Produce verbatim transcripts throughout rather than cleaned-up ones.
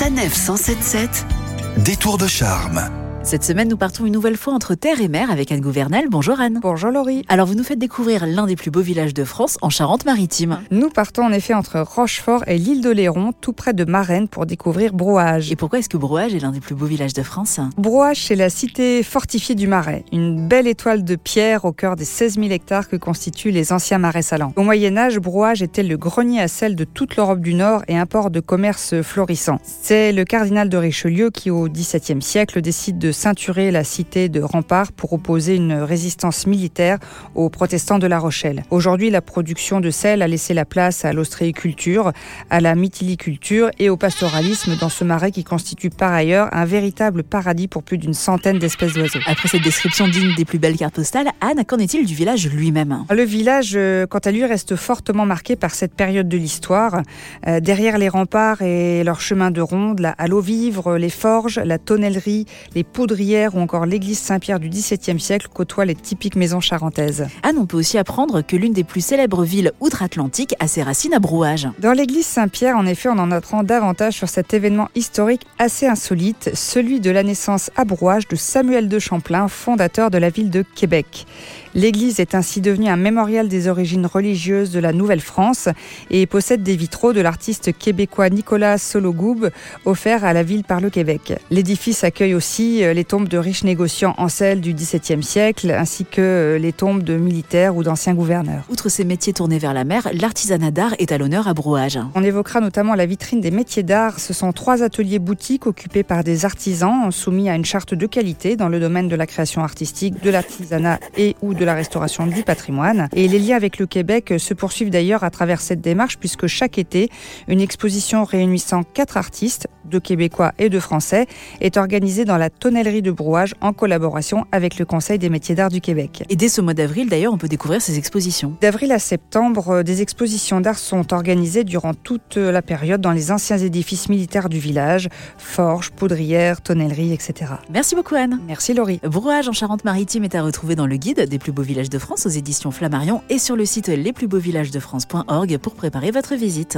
Sanef cent sept virgule sept. Détour de charme. Cette semaine, nous partons une nouvelle fois entre terre et mer avec Anne Gouvernel. Bonjour Anne. Bonjour Laurie. Alors vous nous faites découvrir l'un des plus beaux villages de France, en Charente-Maritime. Nous partons en effet entre Rochefort et l'île d'Oléron, tout près de Marennes, pour découvrir Brouage. Et pourquoi est-ce que Brouage est l'un des plus beaux villages de France ? Brouage, c'est la cité fortifiée du Marais, une belle étoile de pierre au cœur des seize mille hectares que constituent les anciens marais salants. Au Moyen-Âge, Brouage était le grenier à sel de toute l'Europe du Nord et un port de commerce florissant. C'est le cardinal de Richelieu qui, au dix-septième siècle, décide de ceinturer la cité de remparts pour opposer une résistance militaire aux protestants de La Rochelle. Aujourd'hui, la production de sel a laissé la place à l'ostréiculture, à la mytiliculture et au pastoralisme dans ce marais qui constitue par ailleurs un véritable paradis pour plus d'une centaine d'espèces d'oiseaux. Après cette description digne des plus belles cartes postales, Anne, qu'en est-il du village lui-même ? Le village, quant à lui, reste fortement marqué par cette période de l'histoire. Euh, derrière les remparts et leurs chemins de ronde, la halle aux vivres, les forges, la tonnellerie, les poudrières ou encore l'église Saint-Pierre du dix-septième siècle côtoie les typiques maisons charentaises. Anne, on peut aussi apprendre que l'une des plus célèbres villes outre-Atlantique a ses racines à Brouage. Dans l'église Saint-Pierre, en effet, on en apprend davantage sur cet événement historique assez insolite, celui de la naissance à Brouage de Samuel de Champlain, fondateur de la ville de Québec. L'église est ainsi devenue un mémorial des origines religieuses de la Nouvelle-France et possède des vitraux de l'artiste québécois Nicolas Sologoub, offerts à la ville par le Québec. L'édifice accueille aussi les tombes de riches négociants en sel du dix-septième siècle, ainsi que les tombes de militaires ou d'anciens gouverneurs. Outre ces métiers tournés vers la mer, l'artisanat d'art est à l'honneur à Brouage. On évoquera notamment la vitrine des métiers d'art. Ce sont trois ateliers boutiques occupés par des artisans soumis à une charte de qualité dans le domaine de la création artistique, de l'artisanat et ou de la restauration du patrimoine. Et les liens avec le Québec se poursuivent d'ailleurs à travers cette démarche, puisque chaque été, une exposition réunissant quatre artistes, de Québécois et de Français, est organisée dans la tonnellerie de Brouage en collaboration avec le Conseil des métiers d'art du Québec. Et dès ce mois d'avril, d'ailleurs, on peut découvrir ces expositions. D'avril à septembre, des expositions d'art sont organisées durant toute la période dans les anciens édifices militaires du village, forges, poudrières, tonnelleries, et cetera. Merci beaucoup Anne. Merci Laurie. Brouage en Charente-Maritime est à retrouver dans le guide des plus beaux villages de France aux éditions Flammarion et sur le site les plus beaux villages de france point org pour préparer votre visite.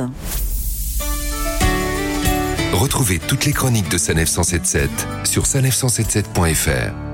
Retrouvez toutes les chroniques de Sanef cent soixante-dix-sept sur sanef cent soixante-dix-sept point f r.